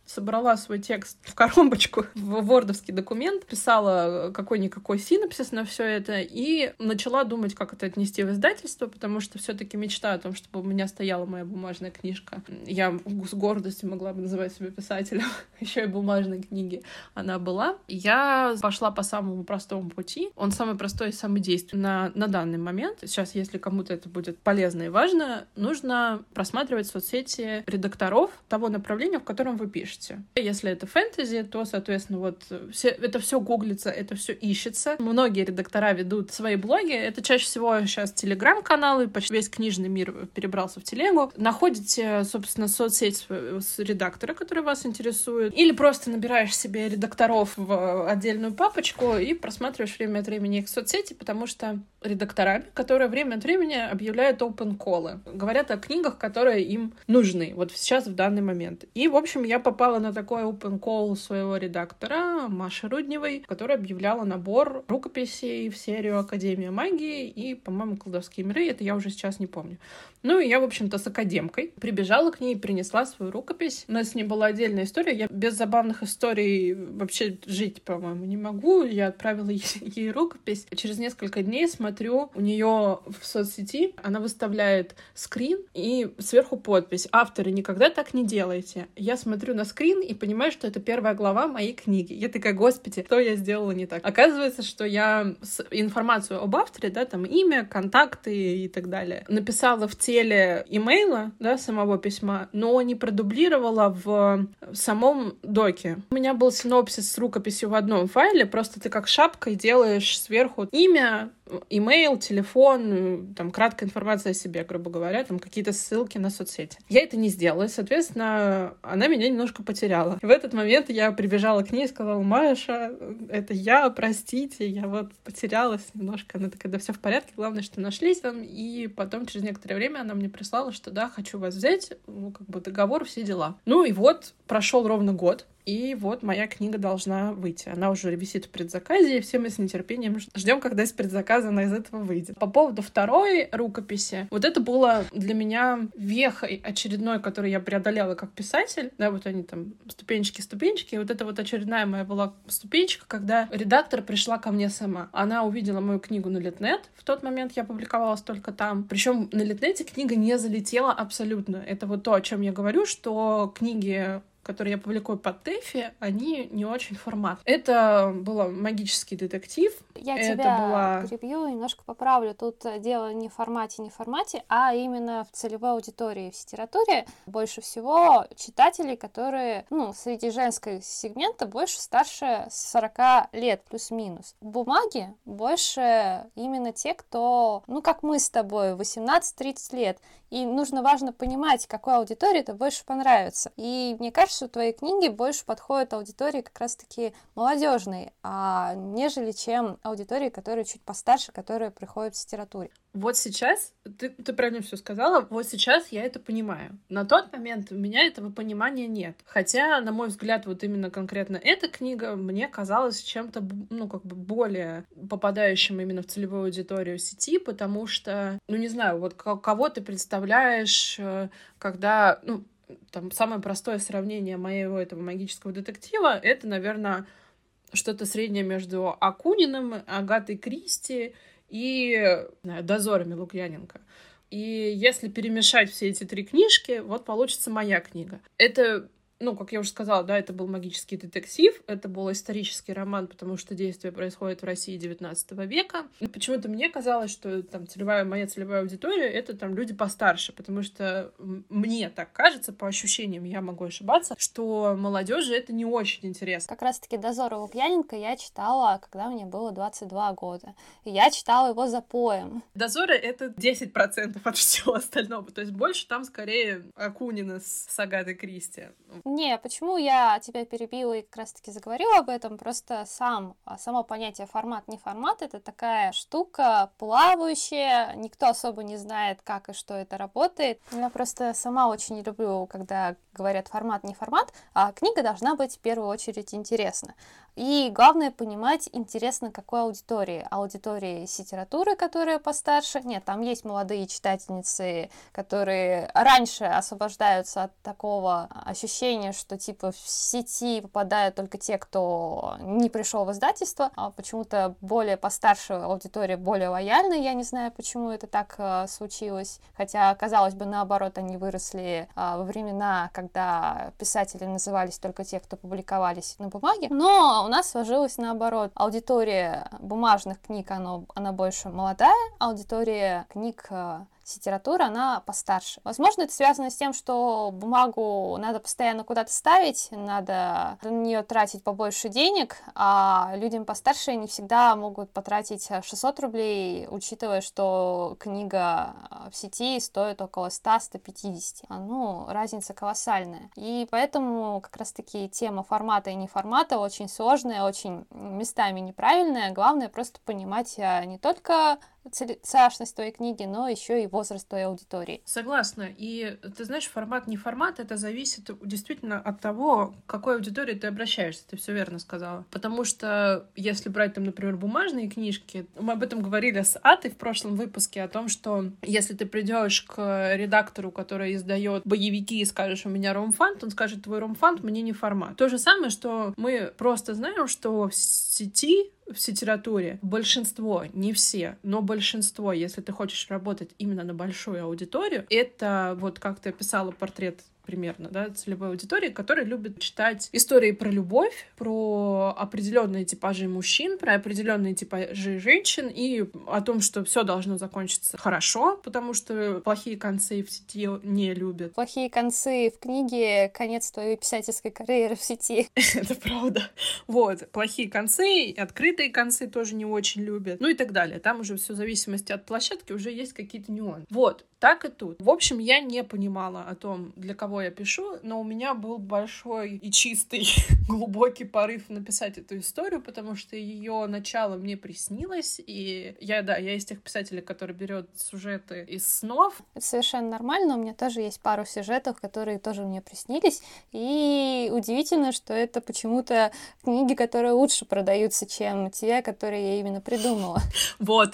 собрала свой текст в коробочку, в вордовский документ, писала какой-никакой синопсис на все это и начала думать, как это отнести в издательство, потому что все-таки мечта о том, чтобы у меня стояла моя бумажная книжка. Я с гордостью могла бы называть себя писателем, еще и бумажной книги она была. Я пошла по самому простому пути. Он самый простой и самый действенный на данный момент. Сейчас, если кому-то это будет полезно и важно, нужно просматривать соцсети редакторов того направления, в котором вы пишете. Если это фэнтези, то, соответственно, вот это все гуглится, это все ищется. Многие редактора ведут свои блоги. Это чаще всего сейчас телеграм-каналы, почти весь книжный мир перебрался в телегу. Находите, собственно, соцсеть с редактора, который вас интересует, или просто набираешь себе редакторов в отдельную папочку и просматриваешь время от времени их соцсети, потому что редакторами, которые время от времени объявляют open-колы, говорят о книгах, которые им нужны вот сейчас, в данный момент. И, в общем, я попала на такой open-call своего редактора Маши Рудневой, которая объявляла набор рукописей в серию «Академия магии» и, по-моему, «Колдовские миры». Это я уже сейчас не помню. Ну, и я, в общем-то, с академкой прибежала к ней и принесла свою рукопись. У нас с ней была отдельная история. Я без забавных историй вообще жить, по-моему, не могу. Я отправила ей рукопись. Через несколько дней смотрю, у нее в соцсети она выставляет скрин и сверху подпись: «Авторы, никогда так не делайте». Я смотрю на скрин и понимаю, что это первая глава моей книги. Я такая: господи, что я сделала не так? Оказывается, что я информацию об авторе, да, там имя, контакты и так далее, написала в теле имейла, да, самого письма, но не продублировала в самом доке. У меня был синопсис с рукописью в одном файле, просто ты как шапкой делаешь сверху имя, имейл, телефон, там краткая информация о себе, грубо говоря, там какие-то ссылки на соцсети. Я это не сделала, и, соответственно, она меня немножко потеряла. И в этот момент я прибежала к ней и сказала: «Маша, это я, простите, я вот потерялась немножко». Она такая: «Да все в порядке, главное, что нашлись там». И потом через некоторое время она мне прислала, что да, хочу вас взять, ну, как бы договор, все дела. Ну и вот прошел ровно год. И вот моя книга должна выйти. Она уже висит в предзаказе, и все мы с нетерпением ждем, когда из предзаказа она из этого выйдет. По поводу второй рукописи, вот это было для меня вехой очередной, которую я преодолела как писатель. Да, вот они там ступенечки. И вот это вот очередная моя была ступенечка, когда редактор пришла ко мне сама. Она увидела мою книгу на Литнет. В тот момент я публиковалась только там. Причем на Литнете книга не залетела абсолютно. Это вот то, о чем я говорю, что книги, которые я публикую под ТЭФи, они не очень формат. Это был магический детектив. Я тебя перебью, немножко поправлю. Тут дело не в формате, а именно в целевой аудитории. В сетературе больше всего читателей, которые, среди женского сегмента старше 40 лет, плюс-минус. В бумаге больше именно те, кто, как мы с тобой, 18-30 лет. И важно понимать, какой аудитории это больше понравится. И мне кажется, что твои книги больше подходят аудитории как раз-таки молодежной, нежели чем аудитории, которые чуть постарше, которые приходят в литературе. Вот сейчас, ты правильно все сказала, вот сейчас я это понимаю. На тот момент у меня этого понимания нет. Хотя, на мой взгляд, вот именно конкретно эта книга мне казалась чем-то, более попадающим именно в целевую аудиторию сети, потому что, не знаю, вот кого ты представляешь, когда, там самое простое сравнение моего этого магического детектива, это, наверное, что-то среднее между Акуниным, Агатой Кристи и «Дозорами» Лукьяненко. И если перемешать все эти три книжки, вот получится моя книга. Это, как я уже сказала, да, это был магический детектив, это был исторический роман, потому что действие происходит в России 19 века. И почему-то мне казалось, что там моя целевая аудитория — это там люди постарше, потому что мне так кажется, по ощущениям, я могу ошибаться, что молодежи это не очень интересно. Как раз-таки «Дозоры» Лукьяненко я читала, когда мне было 22 года. И я читала его запоем. «Дозоры» — это 10% от всего остального, то есть больше там скорее Акунина с Агатой Кристи. Не, почему я тебя перебила и как раз-таки заговорила об этом? Просто само понятие формат, не формат — это такая штука плавающая, никто особо не знает, как и что это работает. Я просто сама очень не люблю, когда говорят формат, не формат, а книга должна быть в первую очередь интересна. И главное понимать, интересно какой аудитории. Аудитории литературы, которая постарше. Нет, там есть молодые читательницы, которые раньше освобождаются от такого ощущения, ощущение, что типа в сети попадают только те, кто не пришел в издательство, а почему-то более постарше аудитория более лояльная, я не знаю, почему это так случилось, хотя, казалось бы, наоборот, они выросли во времена, когда писатели назывались только те, кто публиковались на бумаге, но у нас сложилось наоборот. Аудитория бумажных книг, она больше молодая, аудитория книг литература, она постарше. Возможно, это связано с тем, что бумагу надо постоянно куда-то ставить, надо на нее тратить побольше денег, а людям постарше не всегда могут потратить 600 рублей, учитывая, что книга в сети стоит около 100-150. Ну, разница колоссальная. И поэтому как раз-таки тема формата и не формата очень сложная, очень местами неправильная. Главное просто понимать не только целостность твоей книги, но еще и возраст твоей аудитории. Согласна. И ты знаешь, формат не формат, это зависит действительно от того, к какой аудитории ты обращаешься. Ты все верно сказала. Потому что если брать там, например, бумажные книжки, мы об этом говорили с Атой в прошлом выпуске, о том, что если ты придешь к редактору, который издает боевики, и скажешь, у меня ромфант, он скажет, твой ромфант мне не формат. То же самое, что мы просто знаем, что в сети, в литературе большинство, не все, но большинство, если ты хочешь работать именно на большую аудиторию, это вот как ты описала портрет примерно, да, целевой аудитории, которая любит читать истории про любовь, про определенные типажи мужчин, про определенные типажи женщин и о том, что все должно закончиться хорошо, потому что плохие концы в сети не любят. Плохие концы в книге — конец твоей писательской карьеры в сети. Это правда. Вот. Плохие концы, открытые концы тоже не очень любят. Ну и так далее. Там уже все в зависимости от площадки уже есть какие-то нюансы. Вот. Так и тут. В общем, я не понимала о том, для кого я пишу, но у меня был большой и чистый, глубокий порыв написать эту историю, потому что ее начало мне приснилось, и я из тех писателей, которые берет сюжеты из снов. Это совершенно нормально, у меня тоже есть пару сюжетов, которые тоже мне приснились, и удивительно, что это почему-то книги, которые лучше продаются, чем те, которые я именно придумала. Вот.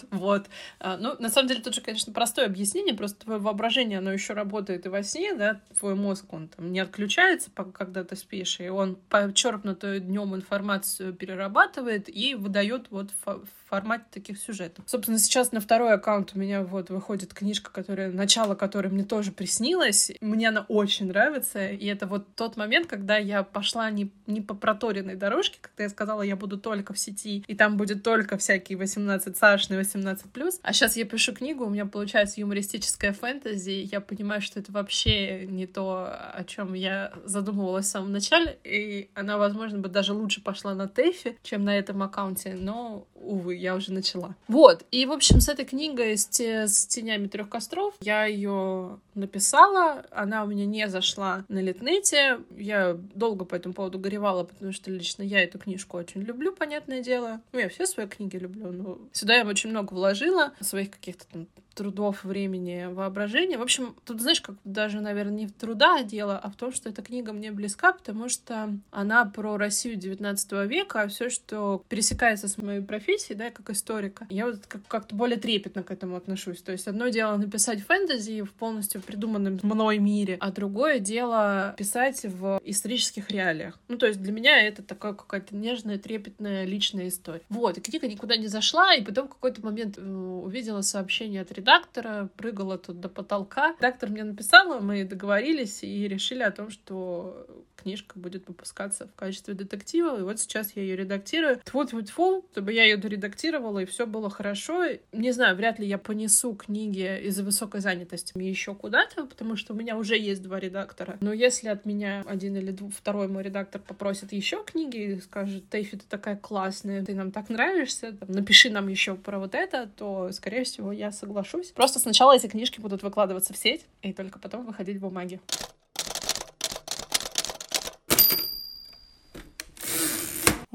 Ну, на самом деле, тут же, конечно, простое объяснение, просто твое воображение, оно еще работает и во сне, да, твой мозг, он там не отключается, когда ты спишь, и он подчеркнутую днем информацию перерабатывает и выдает вот в формате таких сюжетов. Собственно, сейчас на второй аккаунт у меня вот выходит книжка, начало которой мне тоже приснилось. Мне она очень нравится, и это вот тот момент, когда я пошла не по проторенной дорожке, когда я сказала, я буду только в сети, и там будет только всякие 18-сашные, 18+. А сейчас я пишу книгу, у меня получается юмористическая фэнтези, и я понимаю, что это вообще не то, о чем я задумывалась в самом начале, и она, возможно, бы даже лучше пошла на Тэфи, чем на этом аккаунте, но, увы, я уже начала. Вот, и, в общем, с этой книгой, с «Тенями трех костров», я ее написала, она у меня не зашла на Литнете, я долго по этому поводу горевала, потому что лично я эту книжку очень люблю, понятное дело. Ну, я все свои книги люблю, но сюда я очень много вложила своих каких-то там трудов, времени, воображения. В общем, тут, знаешь, как даже, наверное, не в труда дело, а в том, что эта книга мне близка, потому что она про Россию 19 века, а все, что пересекается с моей профессией, да, как историка, я вот как-то более трепетно к этому отношусь. То есть одно дело написать фэнтези в полностью придуманном мной мире, а другое дело писать в исторических реалиях. Ну, то есть для меня это такая какая-то нежная, трепетная личная история. Вот, и книга никуда не зашла, и потом в какой-то момент увидела сообщение от редактора, прыгала тут до потолка. Редактор мне написала, мы договорились и решили о том, что книжка будет выпускаться в качестве детектива, и вот сейчас я ее редактирую. Тьфу-тьфу-тьфу, чтобы я ее доредактировала, и все было хорошо. Не знаю, вряд ли я понесу книги из-за высокой занятости еще куда-то, потому что у меня уже есть 2 редактора. Но если от меня один или второй мой редактор попросит еще книги и скажет: Тэфи, ты такая классная, ты нам так нравишься, там, напиши нам еще про вот это, то, скорее всего, я соглашусь. Просто сначала эти книжки будут выкладываться в сеть, и только потом выходить в бумаге.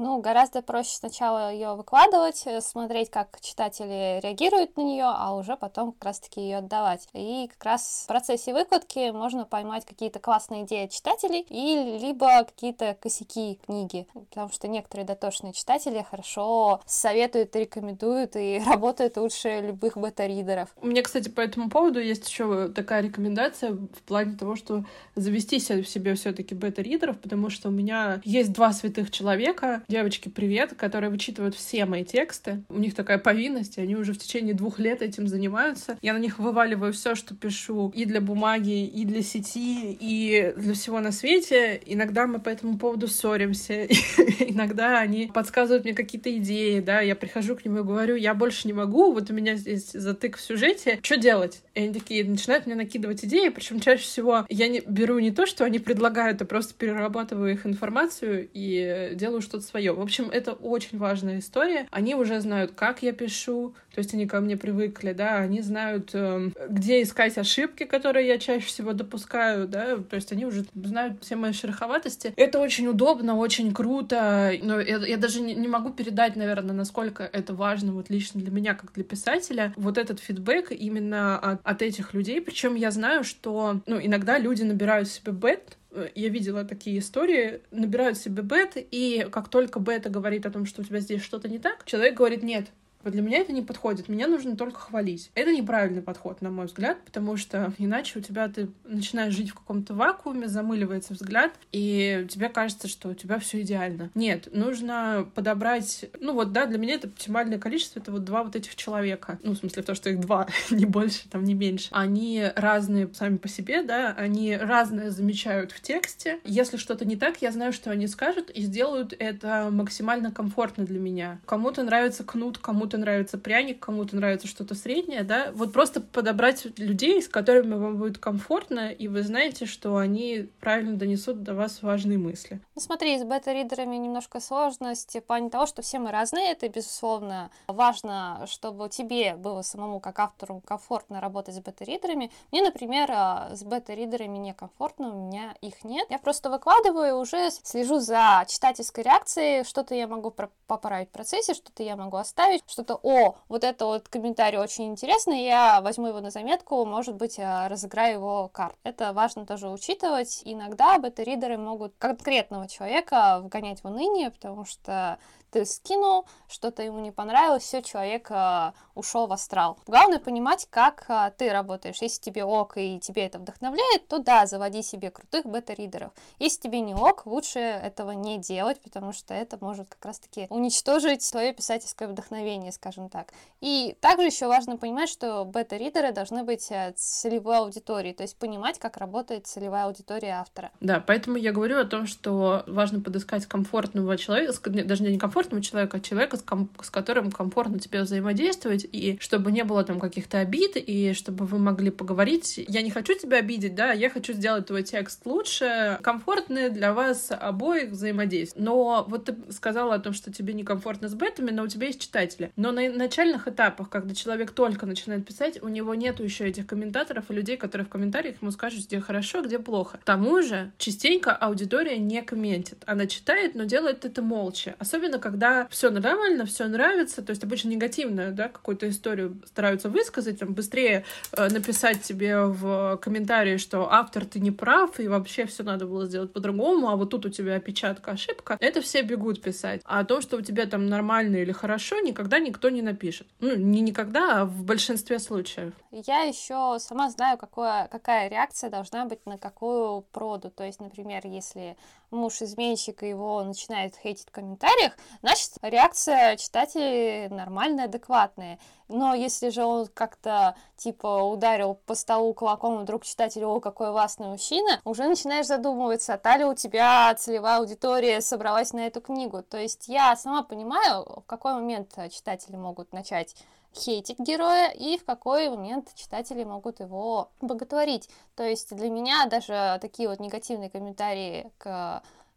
Гораздо проще сначала ее выкладывать, смотреть, как читатели реагируют на нее, а уже потом как раз-таки ее отдавать. И как раз в процессе выкладки можно поймать какие-то классные идеи от читателей и либо какие-то косяки книги, потому что некоторые дотошные читатели хорошо советуют, рекомендуют и работают лучше любых бета-ридеров. У меня, кстати, по этому поводу есть еще такая рекомендация в плане того, что завести в себе все-таки бета-ридеров, потому что у меня есть 2 святых человека, девочки, привет, которые вычитывают все мои тексты. У них такая повинность, и они уже в течение 2 лет этим занимаются. Я на них вываливаю все, что пишу, и для бумаги, и для сети, и для всего на свете. Иногда мы по этому поводу ссоримся, иногда они подсказывают мне какие-то идеи, да, я прихожу к ним и говорю, я больше не могу, вот у меня здесь затык в сюжете, что делать? И они такие начинают мне накидывать идеи, причем чаще всего я беру не то, что они предлагают, а просто перерабатываю их информацию и делаю что-то свое. В общем, это очень важная история. Они уже знают, как я пишу, то есть они ко мне привыкли, да, они знают, где искать ошибки, которые я чаще всего допускаю, да, то есть они уже знают все мои шероховатости. Это очень удобно, очень круто, но я даже не могу передать, наверное, насколько это важно вот лично для меня, как для писателя, вот этот фидбэк именно от этих людей. Причем я знаю, что, иногда люди набирают себе бет. Я видела такие истории, набирают себе бет, и как только бета говорит о том, что у тебя здесь что-то не так, человек говорит: нет, вот для меня это не подходит, меня нужно только хвалить. Это неправильный подход, на мой взгляд, потому что иначе ты начинаешь жить в каком-то вакууме, замыливается взгляд, и тебе кажется, что у тебя все идеально. Нет, нужно подобрать, для меня это оптимальное количество, это 2 вот этих человека. В смысле, то, что их 2, не больше, не меньше. Они разные сами по себе, да, они разное замечают в тексте. Если что-то не так, я знаю, что они скажут, и сделают это максимально комфортно для меня. Кому-то нравится кнут, кому-то нравится пряник, кому-то нравится что-то среднее, да, вот просто подобрать людей, с которыми вам будет комфортно, и вы знаете, что они правильно донесут до вас важные мысли. Смотри, с бета-ридерами немножко сложность в плане того, что все мы разные, это, безусловно, важно, чтобы тебе было самому, как автору, комфортно работать с бета-ридерами. Мне, например, с бета-ридерами некомфортно, у меня их нет. Я просто выкладываю, уже слежу за читательской реакцией, что-то я могу поправить в процессе, что-то я могу оставить, что-то, вот это вот комментарий очень интересный, я возьму его на заметку, может быть, разыграю его карт. Это важно тоже учитывать. Иногда бета-ридеры могут конкретного человека вгонять в уныние, потому что ты скинул, что-то ему не понравилось, все, человек ушел в астрал. Главное понимать, как ты работаешь. Если тебе ок и тебе это вдохновляет, то да, заводи себе крутых бета-ридеров. Если тебе не ок, лучше этого не делать, потому что это может как раз-таки уничтожить твое писательское вдохновение, скажем так. И также еще важно понимать, что бета-ридеры должны быть целевой аудиторией, то есть понимать, как работает целевая аудитория автора. Да, поэтому я говорю о том, что важно подыскать комфортного человека, даже не комфортного человека, а человека, с которым комфортно тебе взаимодействовать, и чтобы не было там каких-то обид, и чтобы вы могли поговорить. Я не хочу тебя обидеть, да, я хочу сделать твой текст лучше, комфортное для вас обоих взаимодействие. Но вот ты сказала о том, что тебе некомфортно с бетами, но у тебя есть читатели. Но на начальных этапах, когда человек только начинает писать, у него нету еще этих комментаторов и людей, которые в комментариях ему скажут, где хорошо, где плохо. К тому же, частенько аудитория не комментит. Она читает, но делает это молча. Особенно, когда все нормально, все нравится, то есть обычно негативную, да, какую-то историю стараются высказать, там, быстрее написать тебе в комментарии, что автор, ты не прав, и вообще все надо было сделать по-другому, а вот тут у тебя опечатка, ошибка. Это все бегут писать. А о том, что у тебя там нормально или хорошо, никогда никто не напишет. Не никогда, а в большинстве случаев. Я еще сама знаю, какая реакция должна быть на какую проду. То есть, например, если муж изменщик и его начинает хейтить в комментариях, значит, реакция читателей нормальная, адекватная. Но если же он как-то, ударил по столу кулаком, и вдруг читатель: о, какой властный мужчина, уже начинаешь задумываться, та ли у тебя целевая аудитория собралась на эту книгу. То есть я сама понимаю, в какой момент читатели могут начать хейтить героя и в какой момент читатели могут его боготворить. То есть для меня даже такие вот негативные комментарии к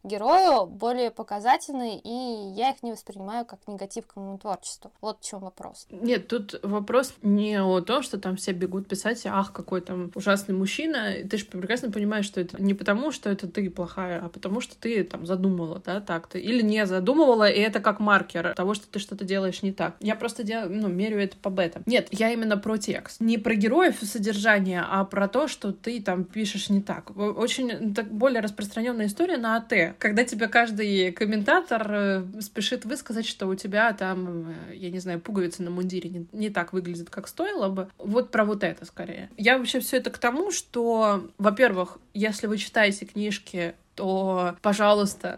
герою более показательны, и я их не воспринимаю как негатив к моему творчеству. Вот в чем вопрос. Нет, тут вопрос не о том, что там все бегут писать, ах, какой там ужасный мужчина. Ты же прекрасно понимаешь, что это не потому, что это ты плохая, а потому что ты там задумала, да, так-то. Или не задумывала, и это как маркер того, что ты что-то делаешь не так. Я просто мерю это по бетам. Нет, я именно про текст. Не про героев и содержание, а про то, что ты там пишешь не так. Очень более распространенная история на АТ, когда тебе каждый комментатор спешит высказать, что у тебя там, я не знаю, пуговицы на мундире не так выглядят, как стоило бы. Вот про вот это скорее. Я вообще все это к тому, что, во-первых, если вы читаете книжки, то, пожалуйста,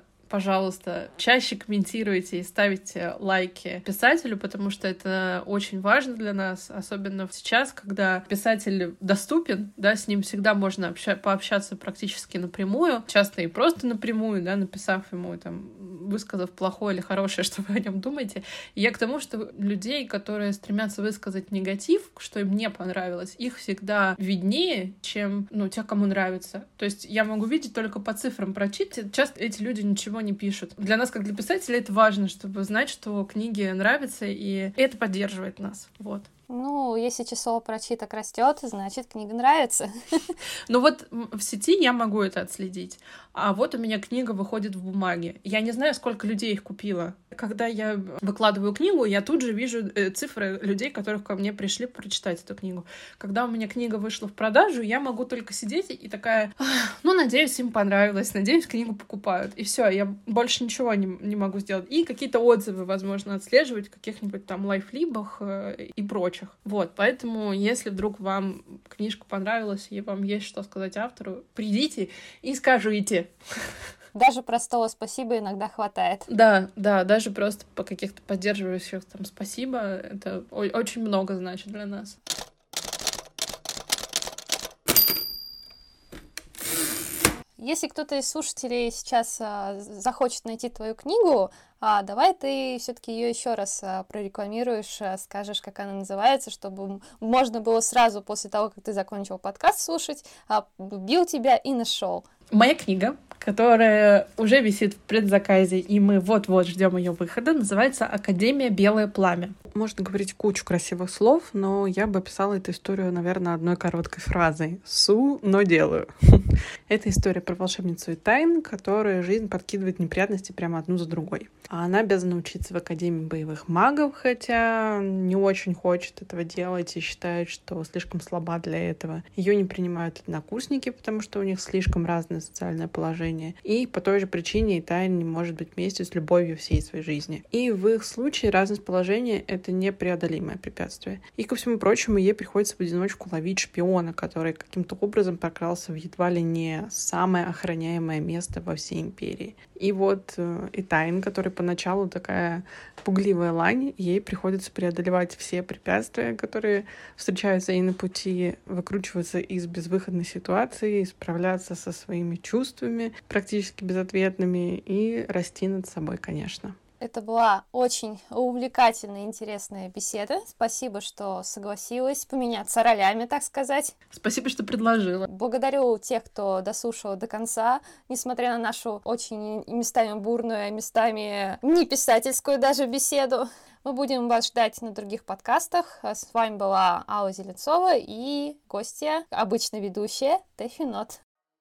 чаще комментируйте и ставите лайки писателю, потому что это очень важно для нас, особенно сейчас, когда писатель доступен, да, с ним всегда можно пообщаться практически напрямую, часто и просто напрямую, да, написав ему, там, высказав плохое или хорошее, что вы о нем думаете. И я к тому, что людей, которые стремятся высказать негатив, что им не понравилось, их всегда виднее, чем, тех, кому нравится. То есть я могу видеть только по цифрам прочитать. Часто эти люди ничего не пишут. Для нас, как для писателей, это важно, чтобы знать, что книги нравятся, и это поддерживает нас. Вот. Если число прочиток растет, значит, книга нравится. Вот в сети я могу это отследить. А вот у меня книга выходит в бумаге. Я не знаю, сколько людей их купило. Когда я выкладываю книгу, я тут же вижу цифры людей, которых ко мне пришли прочитать эту книгу. Когда у меня книга вышла в продажу, я могу только сидеть и такая, надеюсь, им понравилось, надеюсь, книгу покупают. И все, я больше ничего не могу сделать. И какие-то отзывы, возможно, отслеживать в каких-нибудь там лайфлибах и прочих. Вот, поэтому, если вдруг вам книжка понравилась и вам есть что сказать автору, придите и скажите. Даже простого спасибо иногда хватает. Да, даже просто по каких-то поддерживающих там спасибо, это очень много значит для нас. Если кто-то из слушателей сейчас захочет найти твою книгу, давай ты все-таки ее еще раз прорекламируешь, скажешь, как она называется, чтобы можно было сразу после того, как ты закончил подкаст слушать, бил тебя и нашел. Моя книга, которая уже висит в предзаказе, и мы вот-вот ждем ее выхода, называется «Академия Белое пламя». Можно говорить кучу красивых слов, но я бы описала эту историю, наверное, одной короткой фразой. Су, но делаю. Это история про волшебницу Этайн, которая жизнь подкидывает неприятности прямо одну за другой. А она обязана учиться в Академии боевых магов, хотя не очень хочет этого делать и считает, что слишком слаба для этого. Ее не принимают однокурсники, потому что у них слишком разное социальное положение. И по той же причине Этайн не может быть вместе с любовью всей своей жизни. И в их случае разность положения — это непреодолимое препятствие. И, ко всему прочему, ей приходится в одиночку ловить шпиона, который каким-то образом прокрался в едва ли не самое охраняемое место во всей империи. И вот Этайн, которая поначалу такая пугливая лань, ей приходится преодолевать все препятствия, которые встречаются ей на пути, выкручиваться из безвыходной ситуации, справляться со своими чувствами практически безответными и расти над собой, конечно. Это была очень увлекательная и интересная беседа. Спасибо, что согласилась поменяться ролями, так сказать. Спасибо, что предложила. Благодарю тех, кто дослушал до конца, несмотря на нашу очень местами бурную, а местами не писательскую даже беседу. Мы будем вас ждать на других подкастах. С вами была Алла Зеленцова и гостья, обычно ведущая, Тэфинот.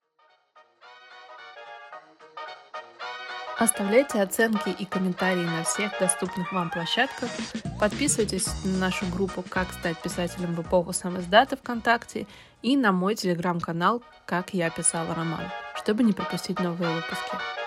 Оставляйте оценки и комментарии на всех доступных вам площадках. Подписывайтесь на нашу группу «Как стать писателем в эпоху самиздата» ВКонтакте и на мой телеграм-канал «Как я писала роман», чтобы не пропустить новые выпуски.